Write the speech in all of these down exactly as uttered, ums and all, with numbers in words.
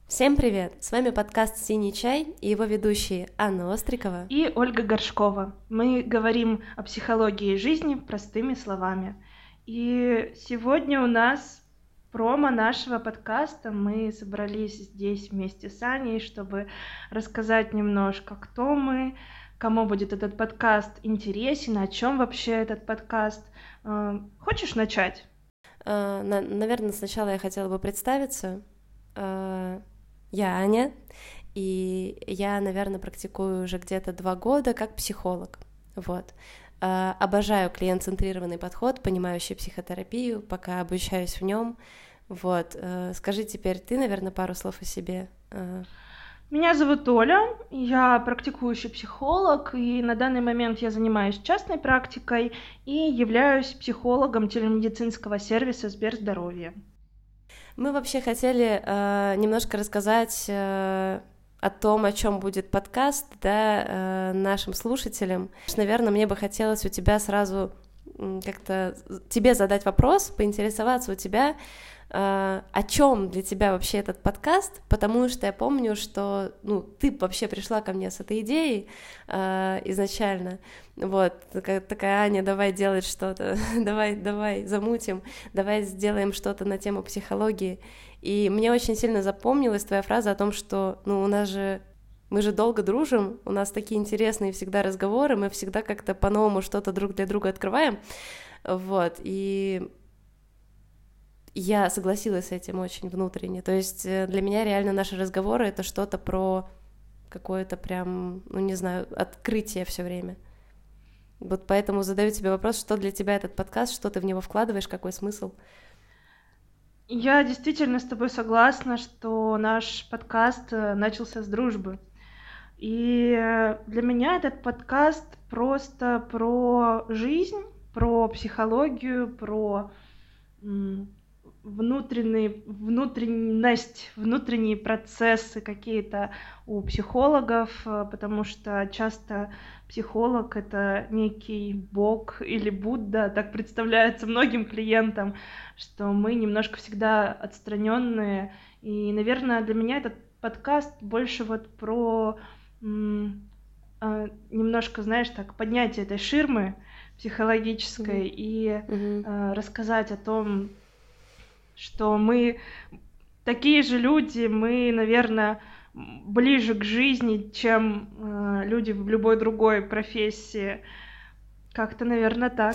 Всем привет! С вами подкаст «Синий чай» и его ведущие Анна Острикова и Ольга Горшкова. Мы говорим о психологии жизни простыми словами. И сегодня у нас промо нашего подкаста. Мы собрались здесь вместе с Аней, чтобы рассказать немножко, кто мы, кому будет этот подкаст интересен, о чем вообще этот подкаст. Хочешь начать? Наверное, сначала я хотела бы представиться. Я Аня, и я, наверное, практикую уже где-то два года как психолог. Вот. Обожаю клиент-центрированный подход, понимающий психотерапию, пока обучаюсь в нем. Вот. Скажи теперь ты, наверное, пару слов о себе. Меня зовут Оля, я практикующий психолог, и на данный момент я занимаюсь частной практикой и являюсь психологом телемедицинского сервиса Сберздоровье. Мы вообще хотели э, немножко рассказать э, о том, о чем будет подкаст, да, э, нашим слушателям. Наверное, мне бы хотелось у тебя сразу как-то тебе задать вопрос, поинтересоваться у тебя, э, о чем для тебя вообще этот подкаст, потому что я помню, что ну, ты вообще пришла ко мне с этой идеей э, изначально. Вот, такая, такая Аня, давай делать что-то, давай, давай замутим, давай сделаем что-то на тему психологии. И мне очень сильно запомнилась твоя фраза о том, что ну, у нас же, мы же долго дружим, у нас такие интересные всегда разговоры, мы всегда как-то по-новому что-то друг для друга открываем. Вот, и я согласилась с этим очень внутренне. То есть для меня реально наши разговоры — это что-то про какое-то прям, ну не знаю, открытие все время. Вот поэтому задаю тебе вопрос, что для тебя этот подкаст, что ты в него вкладываешь, какой смысл? Я действительно с тобой согласна, что наш подкаст начался с дружбы. И для меня этот подкаст просто про жизнь, про психологию, про внутренний, внутренность, внутренние процессы какие-то у психологов, потому что часто психолог — это некий бог или Будда, так представляется многим клиентам, что мы немножко всегда отстраненные. И, наверное, для меня этот подкаст больше вот про м, э, немножко, знаешь, так, поднятие этой ширмы психологической mm-hmm. и э, рассказать о том, что мы такие же люди, мы, наверное, ближе к жизни, чем э, люди в любой другой профессии. Как-то, наверное, так.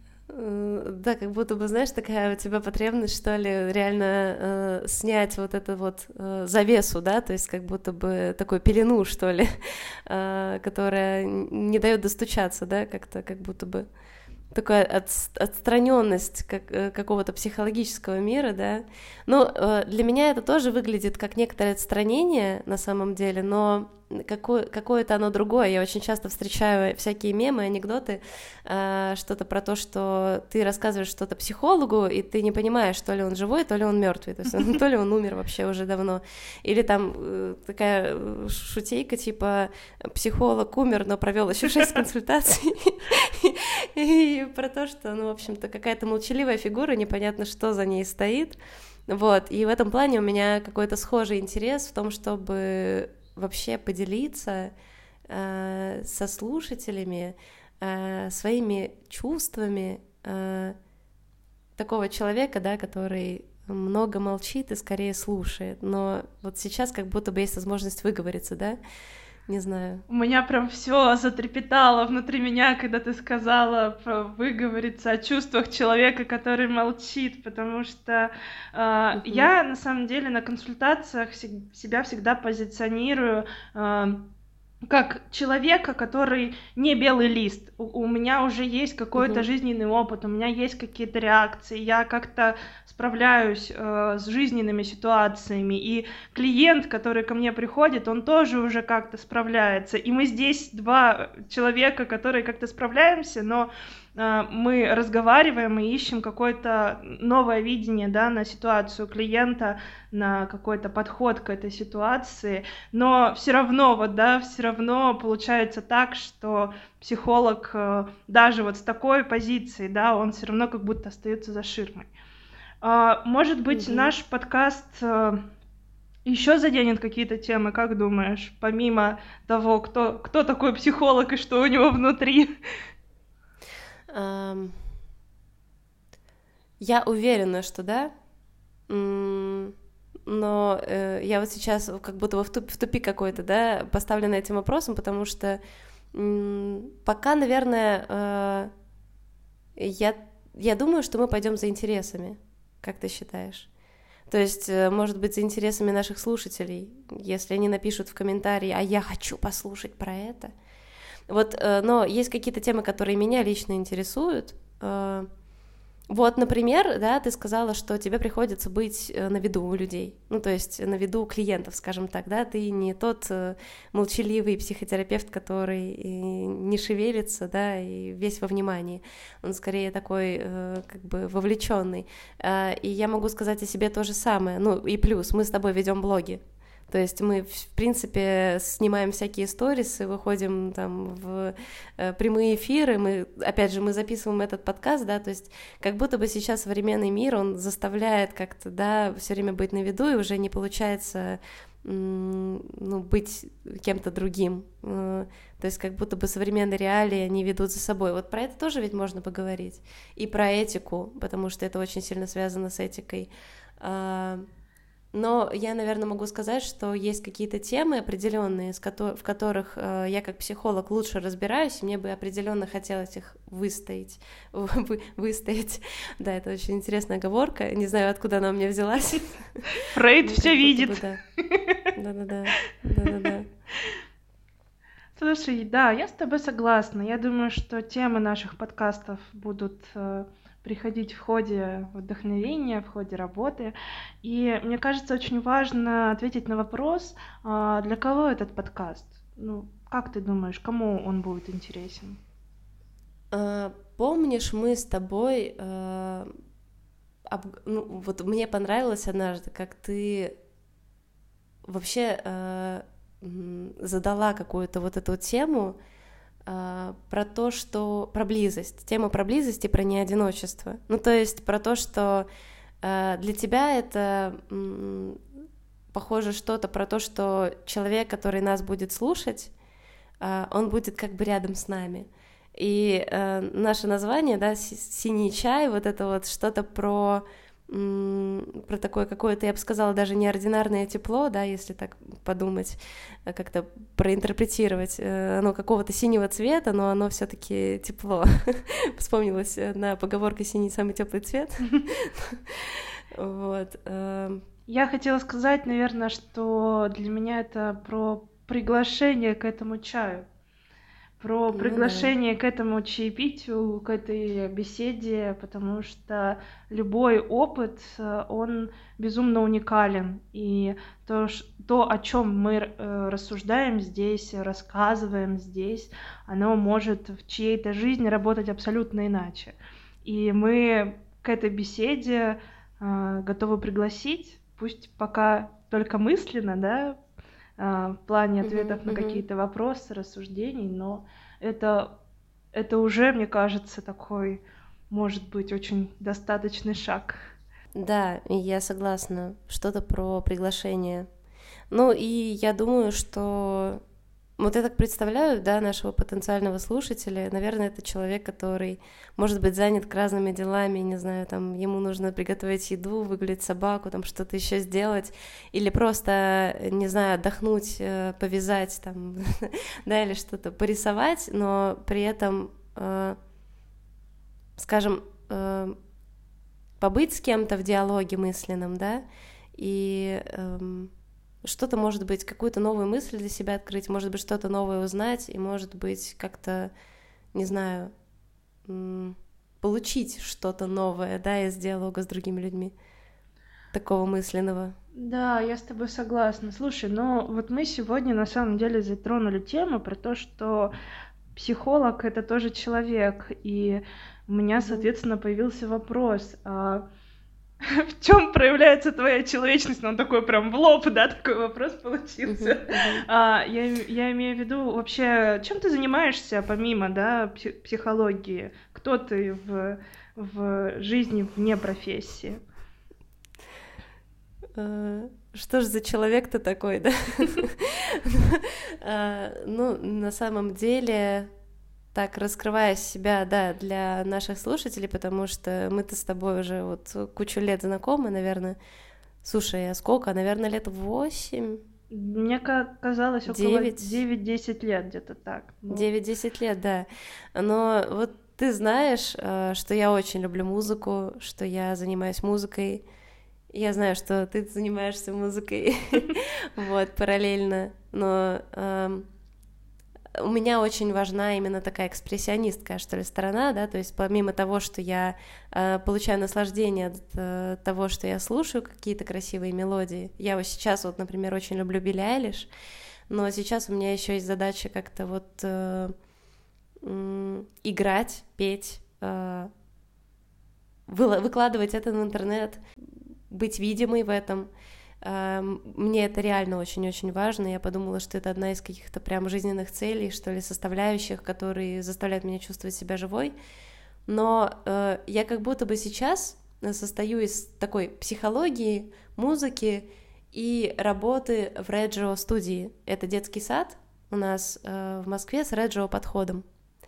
Да, как будто бы, знаешь, такая у тебя потребность, что ли, реально э, снять вот эту вот э, завесу, да, то есть как будто бы такую пелену, что ли, э, которая не дает достучаться, да, как-то как будто бы такая от, отстраненность как, какого-то психологического мира, да. Ну, э, для меня это тоже выглядит как некоторое отстранение на самом деле, но какое, какое-то оно другое. Я очень часто встречаю всякие мемы, анекдоты, э, что-то про то, что ты рассказываешь что-то психологу, и ты не понимаешь, то ли он живой, то ли он мертвый, то есть то ли он умер вообще уже давно. Или там э, такая шутейка, типа психолог умер, но провел еще шесть консультаций. И про то, что, ну, в общем-то, какая-то молчаливая фигура, непонятно, что за ней стоит. Вот, и в этом плане у меня какой-то схожий интерес в том, чтобы вообще поделиться э, со слушателями э, своими чувствами э, такого человека, да, который много молчит и скорее слушает. Но вот сейчас как будто бы есть возможность выговориться, да? Не знаю. У меня прям все затрепетало внутри меня, когда ты сказала про выговориться о чувствах человека, который молчит, потому что э, uh-huh. я на самом деле на консультациях себя всегда позиционирую э, как человека, который не белый лист. У, у меня уже есть какой-то uh-huh. жизненный опыт, у меня есть какие-то реакции, я как-то справляюсь э, с жизненными ситуациями, и клиент, который ко мне приходит, он тоже уже как-то справляется, и мы здесь два человека, которые как-то справляемся, но э, мы разговариваем и ищем какое-то новое видение, да, на ситуацию клиента, на какой-то подход к этой ситуации, но все равно, вот, да, все равно получается так, что психолог э, даже вот с такой позиции, да, он все равно как будто остается за ширмой. Может быть, mm-hmm. наш подкаст Еще заденет какие-то темы, как думаешь, помимо того, кто, кто такой психолог и что у него внутри? Um, я уверена, что да, но э, я вот сейчас как будто бы в, туп, в тупик какой-то, да, поставлена этим вопросом, потому что м- пока, наверное, э, я, я думаю, что мы пойдем за интересами, как ты считаешь? То есть, может быть, за интересами наших слушателей, если они напишут в комментарии, а я хочу послушать про это. Вот, но есть какие-то темы, которые меня лично интересуют. Вот, например, да, ты сказала, что тебе приходится быть на виду у людей, ну, то есть на виду у клиентов, скажем так, да, ты не тот молчаливый психотерапевт, который не шевелится, да, и весь во внимании, он скорее такой, как бы, вовлеченный, и я могу сказать о себе то же самое, ну, и плюс, мы с тобой ведем блоги. То есть мы, в принципе, снимаем всякие сторисы, выходим там в э, прямые эфиры, мы, опять же, мы записываем этот подкаст, да, то есть как будто бы сейчас современный мир, он заставляет как-то, да, все время быть на виду, и уже не получается, м- ну, быть кем-то другим. Э, то есть как будто бы современные реалии, они ведут за собой. Вот про это тоже ведь можно поговорить. И про этику, потому что это очень сильно связано с этикой. Э, Но я, наверное, могу сказать, что есть какие-то темы определенные, в которых я как психолог лучше разбираюсь, и мне бы определенно хотелось их выстоять. Вы, выстоять. Да, это очень интересная оговорка. Не знаю, откуда она у меня взялась. Фрейд все видит. Да-да-да. Да-да-да. Слушай, да, я с тобой согласна. Я думаю, что темы наших подкастов будут приходить в ходе вдохновения, в ходе работы. И мне кажется, очень важно ответить на вопрос, для кого этот подкаст? Ну, как ты думаешь, кому он будет интересен? Помнишь, мы с тобой... Ну, вот мне понравилось однажды, как ты вообще задала какую-то вот эту тему, про то, что про близость, тема про близость и про неодиночество. Ну, то есть про то, что для тебя это похоже что-то про то, что человек, который нас будет слушать, он будет как бы рядом с нами. И наше название, да, «Синий чай», вот это вот что-то про про такое какое-то, я бы сказала, даже неординарное тепло, да, если так подумать, как-то проинтерпретировать, оно какого-то синего цвета, но оно все-таки тепло. Вспомнилась одна поговорка «синий самый теплый цвет». Вот. Я хотела сказать, наверное, что для меня это про приглашение к этому чаю. Про приглашение ну, да. к этому чаепитию, к этой беседе, потому что любой опыт, он безумно уникален. И то, то о чем мы рассуждаем здесь, рассказываем здесь, оно может в чьей-то жизни работать абсолютно иначе. И мы к этой беседе готовы пригласить, пусть пока только мысленно, да, в плане ответов uh-huh, на uh-huh. какие-то вопросы, рассуждений, но это, это уже, мне кажется, такой, может быть, очень достаточный шаг. Да, я согласна. Что-то про приглашение. Ну и я думаю, что вот я так представляю, да, нашего потенциального слушателя, наверное, это человек, который может быть занят к разными делами, не знаю, там, ему нужно приготовить еду, выгулять собаку, там, что-то еще сделать, или просто, не знаю, отдохнуть, повязать, там, да, или что-то порисовать, но при этом, э, скажем, э, побыть с кем-то в диалоге мысленном, да, и... Э, что-то, может быть, какую-то новую мысль для себя открыть, может быть, что-то новое узнать, и, может быть, как-то, не знаю, получить что-то новое, да, из диалога с другими людьми, такого мысленного. Да, я с тобой согласна. Слушай, ну вот мы сегодня на самом деле затронули тему про то, что психолог — это тоже человек, и у меня, соответственно, появился вопрос, а в чем проявляется твоя человечность? Ну, он такой прям в лоб, да, такой вопрос получился. Uh-huh, uh-huh. А, я, я имею в виду вообще, чем ты занимаешься помимо, да, психологии? Кто ты в, в жизни вне профессии? что ж за человек ты такой, да? Ну, на самом деле, так, раскрывая себя, да, для наших слушателей, потому что мы-то с тобой уже вот кучу лет знакомы, наверное. Слушай, а сколько? Наверное, лет восемь? Мне казалось, около девять-десять лет, где-то так. девять-десять лет, да. Но вот ты знаешь, что я очень люблю музыку, что я занимаюсь музыкой. Я знаю, что ты занимаешься музыкой, вот, параллельно, но э, у меня очень важна именно такая экспрессионистская, что ли, сторона, да, то есть помимо того, что я э, получаю наслаждение от э, того, что я слушаю какие-то красивые мелодии, я вот сейчас вот, например, очень люблю Билли Айлиш, но сейчас у меня еще есть задача как-то вот э, э, играть, петь, э, выкладывать это в интернет, быть видимой в этом. Мне это реально очень-очень важно. Я подумала, что это одна из каких-то прям жизненных целей, что ли, составляющих, которые заставляют меня чувствовать себя живой. Но э, я как будто бы сейчас состою из такой психологии, музыки и работы в Реджио студии. Это детский сад у нас э, в Москве с Реджио подходом.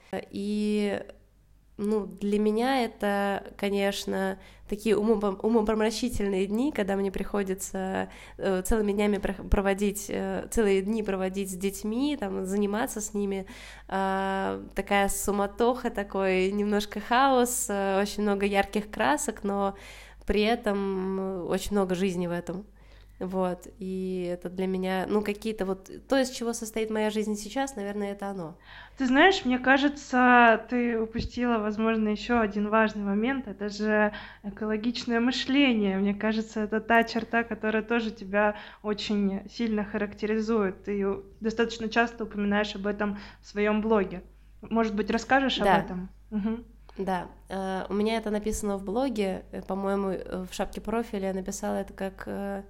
И ну, для меня это, конечно, такие умопом- умопомрачительные дни, когда мне приходится э, целыми днями проводить, э, целые дни проводить с детьми, там, заниматься с ними. Э, такая суматоха, такой немножко хаос, э, очень много ярких красок, но при этом очень много жизни в этом. Вот, и это для меня, ну, какие-то вот, то, из чего состоит моя жизнь сейчас, наверное, это оно. Ты знаешь, мне кажется, ты упустила, возможно, еще один важный момент, это же экологичное мышление. Мне кажется, это та черта, которая тоже тебя очень сильно характеризует. Ты достаточно часто упоминаешь об этом в своем блоге. Может быть, расскажешь да. об этом? Угу. Да, uh, у меня это написано в блоге, по-моему, в шапке профиля я написала это как... Uh,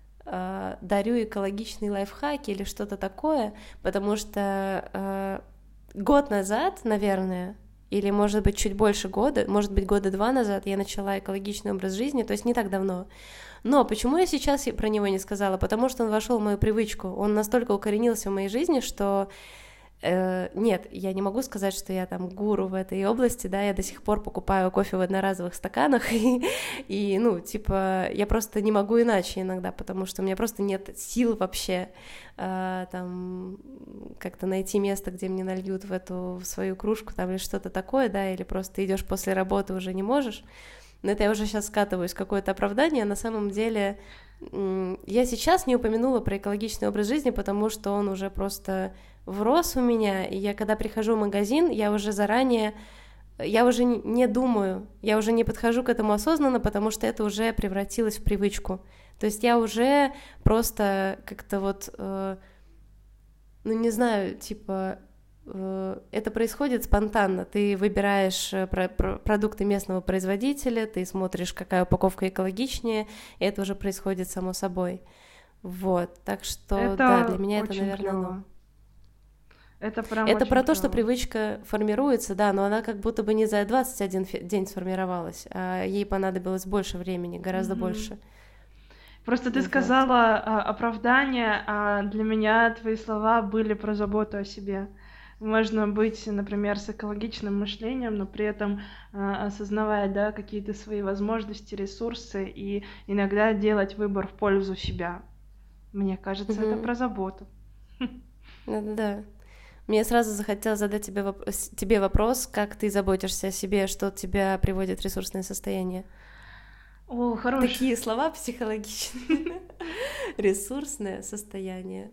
дарю экологичные лайфхаки или что-то такое, потому что э, год назад, наверное, или, может быть, чуть больше года, может быть, года два назад я начала экологичный образ жизни, то есть не так давно. Но почему я сейчас про него не сказала? Потому что он вошел в мою привычку, он настолько укоренился в моей жизни, что э, нет, я не могу сказать, что я там гуру в этой области, да, я до сих пор покупаю кофе в одноразовых стаканах, и, и ну, типа, я просто не могу иначе иногда, потому что у меня просто нет сил вообще э, там как-то найти место, где мне нальют в эту в свою кружку там или что-то такое, да, или просто идешь после работы, уже не можешь. Но это я уже сейчас скатываюсь в какое-то оправдание, а на самом деле я сейчас не упомянула про экологичный образ жизни, потому что он уже просто врос у меня, и я когда прихожу в магазин, я уже заранее, я уже не думаю, я уже не подхожу к этому осознанно, потому что это уже превратилось в привычку. То есть я уже просто как-то вот, э, ну не знаю, типа... это происходит спонтанно. Ты выбираешь про- про- продукты местного производителя, ты смотришь, какая упаковка экологичнее, и это уже происходит само собой. Вот, так что, это да, для меня это, наверное, клево. оно. Это прям Это очень про то, клево. что привычка формируется, да, но она как будто бы не за двадцать один день сформировалась, а ей понадобилось больше времени, гораздо mm-hmm. больше. Просто ты вот. сказала а, оправдание, а для меня твои слова были про заботу о себе. Можно быть, например, с экологичным мышлением, но при этом э, осознавая, да, какие-то свои возможности, ресурсы и иногда делать выбор в пользу себя. Мне кажется, mm-hmm. это про заботу. Да-да-да. Мне сразу захотелось задать тебе вопрос, тебе вопрос, как ты заботишься о себе, что тебя приводит в ресурсное состояние. О, хорошие. Такие слова психологичные. Ресурсное состояние.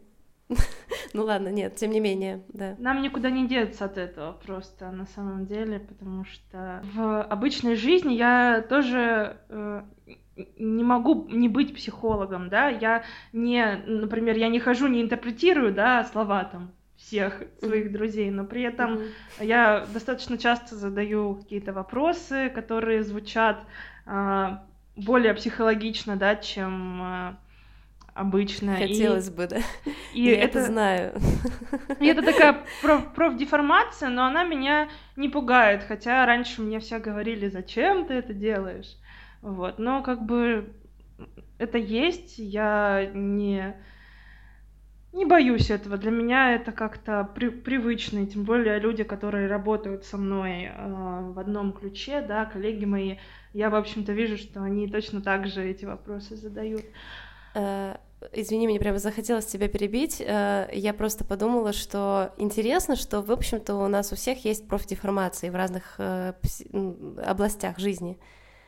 Ну ладно, нет, тем не менее, да. Нам никуда не деться от этого просто на самом деле, потому что в обычной жизни я тоже э, не могу не быть психологом, да, я не, например, я не хожу, не интерпретирую, да, слова там всех своих mm-hmm. друзей, но при этом mm-hmm. я достаточно часто задаю какие-то вопросы, которые звучат э, более психологично, да, чем... Э, обычно. Хотелось и, бы, да. И я это, это знаю. И это такая проф, профдеформация, но она меня не пугает, хотя раньше мне все говорили, зачем ты это делаешь. Вот. Но как бы это есть, я не, не боюсь этого. Для меня это как-то при, привычно, и тем более люди, которые работают со мной э, в одном ключе, да, коллеги мои, я, в общем-то, вижу, что они точно так же эти вопросы задают. Извини, мне прямо захотелось тебя перебить. Я просто подумала, что интересно, что, в общем-то, у нас у всех есть профдеформации в разных областях жизни.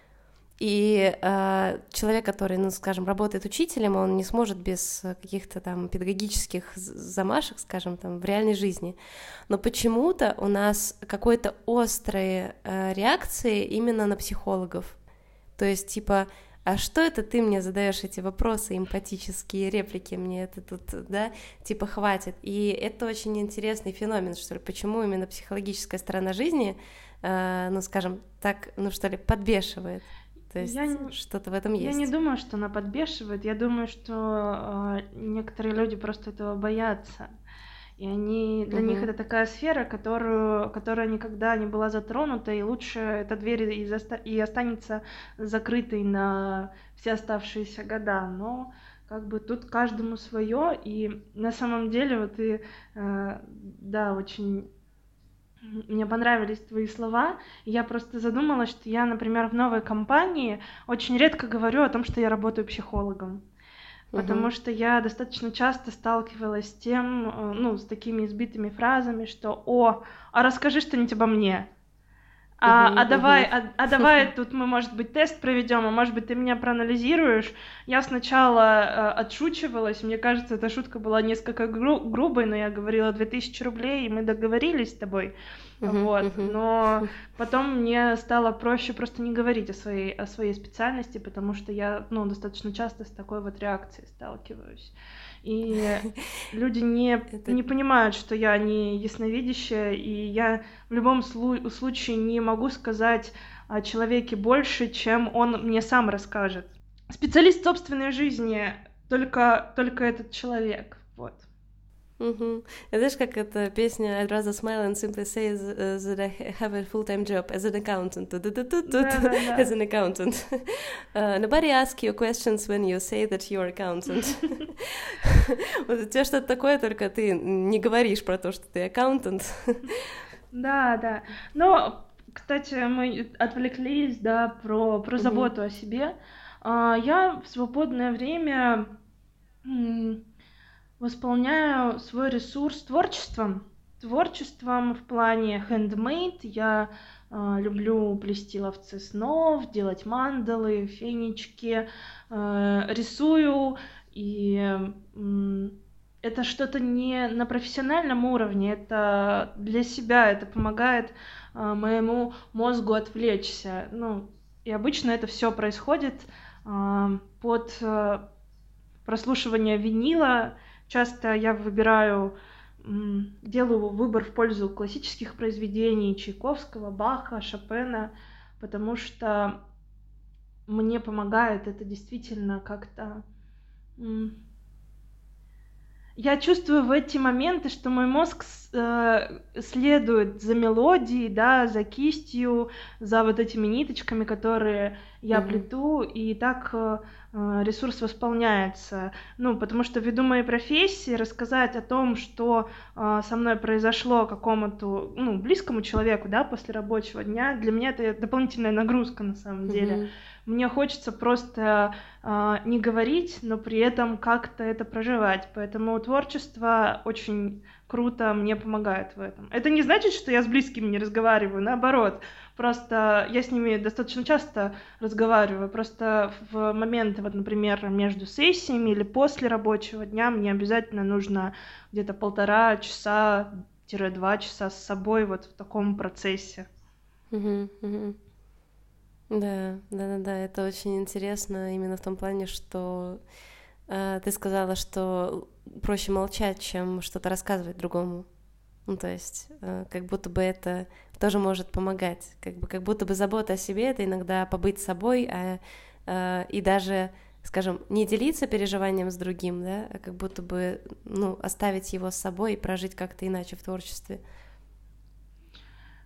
И э, человек, который, ну, скажем, работает учителем, он не сможет без каких-то там педагогических замашек, скажем, там, в реальной жизни. Но почему-то у нас какой-то острые э, реакции именно на психологов. То есть, типа, а что это ты мне задаешь эти вопросы, эмпатические реплики, мне это тут, да, типа, хватит. И это очень интересный феномен, что ли, почему именно психологическая сторона жизни, э, ну, скажем, так, ну, что ли, подбешивает. То есть я, что-то в этом есть. Я не думаю, что она подбешивает. Я думаю, что э, некоторые люди просто этого боятся. И они, для угу. них это такая сфера, которую, которая никогда не была затронута, и лучше эта дверь и, заста- и останется закрытой на все оставшиеся года. Но как бы тут каждому свое, и на самом деле вот и, э, да, очень... Мне понравились твои слова, и я просто задумалась, что я, например, в новой компании очень редко говорю о том, что я работаю психологом, uh-huh. потому что я достаточно часто сталкивалась с тем, ну, с такими избитыми фразами, что «О, а расскажи что-нибудь обо мне». А, uh-huh, а давай, uh-huh. а, а давай тут мы, может быть, тест проведем, а может быть, ты меня проанализируешь. Я сначала э, отшучивалась, мне кажется, эта шутка была несколько гру- грубой, но я говорила две тысячи рублей, и мы договорились с тобой. Uh-huh, вот. Uh-huh. Но потом мне стало проще просто не говорить о своей, о своей специальности, потому что я, ну, достаточно часто с такой вот реакцией сталкиваюсь. И люди не, это... не понимают, что я не ясновидящая, и я в любом слу- случае не могу сказать о человеке больше, чем он мне сам расскажет. Специалист собственной жизни только, только этот человек. Вот. Mm-hmm. Знаешь, как эта песня «I'd rather smile and simply say that I have a full-time job as an accountant». As an accountant. Uh, nobody asks you questions when you say that you're accountant. Вот у тебя что-то такое, только ты не говоришь про то, что ты аккаунтант. Да, да. Но, кстати, мы отвлеклись, да, про, про заботу о себе. Я в свободное время... восполняю свой ресурс творчеством. Творчеством в плане handmade. Я э, люблю плести ловцы снов, делать мандалы, фенечки, э, рисую. И э, это что-то не на профессиональном уровне, это для себя, это помогает э, моему мозгу отвлечься. Ну, и обычно это все происходит э, под э, прослушивание винила. Часто я выбираю, делаю выбор в пользу классических произведений Чайковского, Баха, Шопена, потому что мне помогает это действительно как-то... Я чувствую в эти моменты, что мой мозг э, следует за мелодией, да, за кистью, за вот этими ниточками, которые я mm-hmm. плету, и так э, ресурс восполняется. Ну, потому что ввиду моей профессии рассказать о том, что э, со мной произошло какому-то, ну, близкому человеку, да, после рабочего дня, для меня это дополнительная нагрузка на самом деле. Mm-hmm. Мне хочется просто э, не говорить, но при этом как-то это проживать. Поэтому творчество очень круто мне помогает в этом. Это не значит, что я с близкими не разговариваю, наоборот. Просто я с ними достаточно часто разговариваю. Просто в моменты, вот, например, между сессиями или после рабочего дня мне обязательно нужно где-то полтора часа-два часа с собой вот в таком процессе. Mm-hmm, mm-hmm. Да, да, да, да, это очень интересно именно в том плане, что э, ты сказала, что проще молчать, чем что-то рассказывать другому. Ну, то есть, э, как будто бы это тоже может помогать, как бы, как будто бы забота о себе — это иногда побыть собой, а, э, и даже, скажем, не делиться переживанием с другим, да, а как будто бы, ну, оставить его с собой и прожить как-то иначе в творчестве.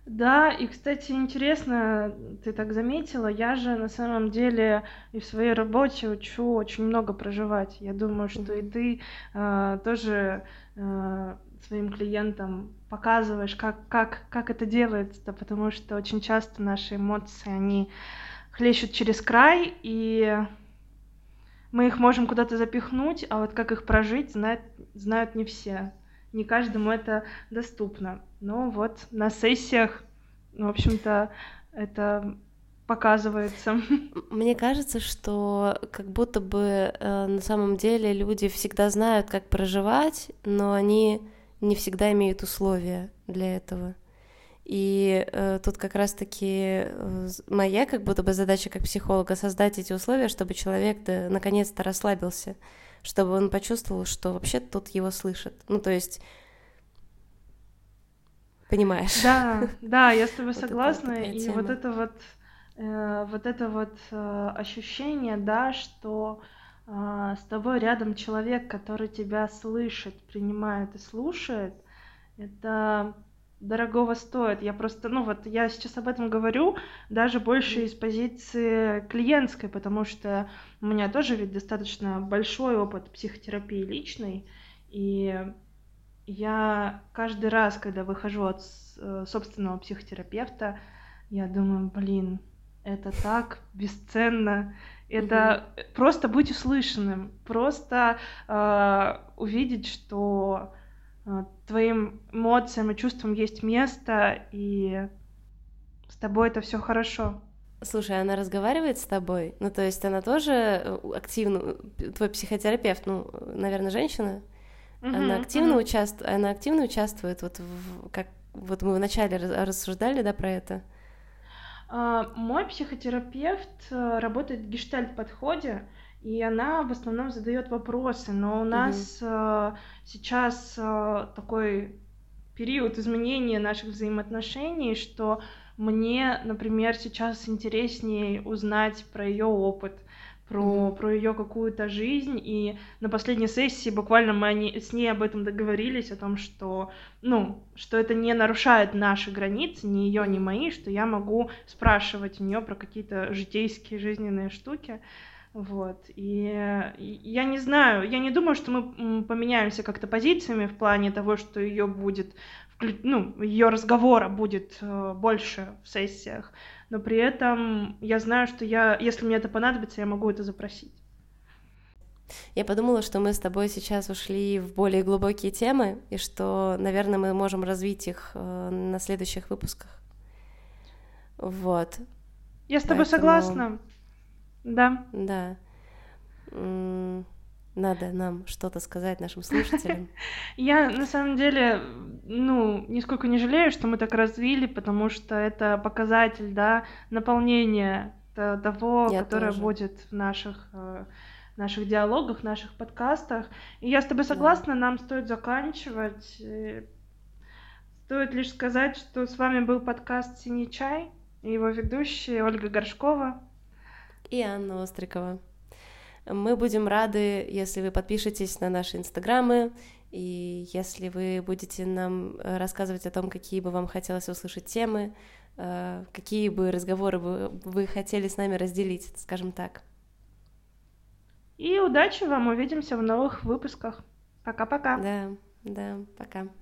Да, и, кстати, интересно, ты так заметила, я же на самом деле и в своей работе учу очень много проживать. Я думаю, что и Мгм. ты э, тоже э, своим клиентам показываешь, как, как, как это делается, потому что очень часто наши эмоции, они хлещут через край, и мы их можем куда-то запихнуть, а вот как их прожить, знают, знают не все. Не каждому это доступно. Но вот на сессиях, в общем-то, это показывается. М, Мне кажется, что как будто бы э, на самом деле люди всегда знают, как проживать, но они не всегда имеют условия для этого. И э, тут как раз-таки э, з- моя как будто бы задача как психолога создать эти условия, чтобы человек да, наконец-то расслабился, чтобы он почувствовал, что вообще тут его слышат. Ну, то есть, понимаешь, Да, да, я с тобой вот это согласна. такая И вот тема. это вот, э, вот это вот э, ощущение, да, что а, с тобой рядом человек, который тебя слышит, принимает и слушает, это дорогого стоит. Я просто, ну вот я сейчас об этом говорю даже больше Мгм. из позиции клиентской, потому что у меня тоже ведь достаточно большой опыт психотерапии личный, и я каждый раз, когда выхожу от с- э, собственного психотерапевта, я думаю, блин, это так бесценно. Мгм. Это э, просто быть услышанным, просто э, увидеть, что э, твоим эмоциям и чувствам есть место, и с тобой это все хорошо. Слушай, она разговаривает с тобой? Ну, то есть она тоже э, активно, э, твой психотерапевт, ну, наверное, женщина? Она Мгм, активно мгм. участвует, она активно участвует, вот в, как вот мы вначале раз- рассуждали, да, про это. А, Мой психотерапевт э, работает в гештальт-подходе, и она в основном задает вопросы, но у Мгм. нас э, сейчас э, такой период изменения наших взаимоотношений, что мне, например, сейчас интереснее узнать про ее опыт, про, Мгм. про ее какую-то жизнь. И на последней сессии буквально мы они, с ней об этом договорились, о том, что, ну, что это не нарушает наши границы, ни ее, ни Мгм. мои, что я могу спрашивать у нее про какие-то житейские, жизненные штуки. Вот. И э, я не знаю, я не думаю, что мы м, поменяемся как-то позициями в плане того, что ее будет, вклю- ну, ее разговора будет э, больше в сессиях, но при этом я знаю, что я, если мне это понадобится, я могу это запросить. Я подумала, что мы с тобой сейчас ушли в более глубокие темы, и что, наверное, мы можем развить их э, на следующих выпусках. Вот, Я с тобой поэтому, согласна, да. да, м, надо нам что-то сказать нашим слушателям. Я на самом деле, ну, нисколько не жалею, что мы так развили, потому что это показатель, да, наполнения т- того, Я которое тоже, будет в наших, э, наших диалогах, в наших подкастах. И я с тобой да. согласна, нам стоит заканчивать. Э, Стоит лишь сказать, что с вами был подкаст «Синий чай» и его ведущая Ольга Горшкова. И Анна Острикова. Мы будем рады, если вы подпишетесь на наши инстаграмы, и если вы будете нам э, рассказывать о том, какие бы вам хотелось услышать темы, э, какие бы разговоры бы вы хотели с нами разделить, скажем так. И удачи вам, увидимся в новых выпусках. Пока-пока. Да, да, пока.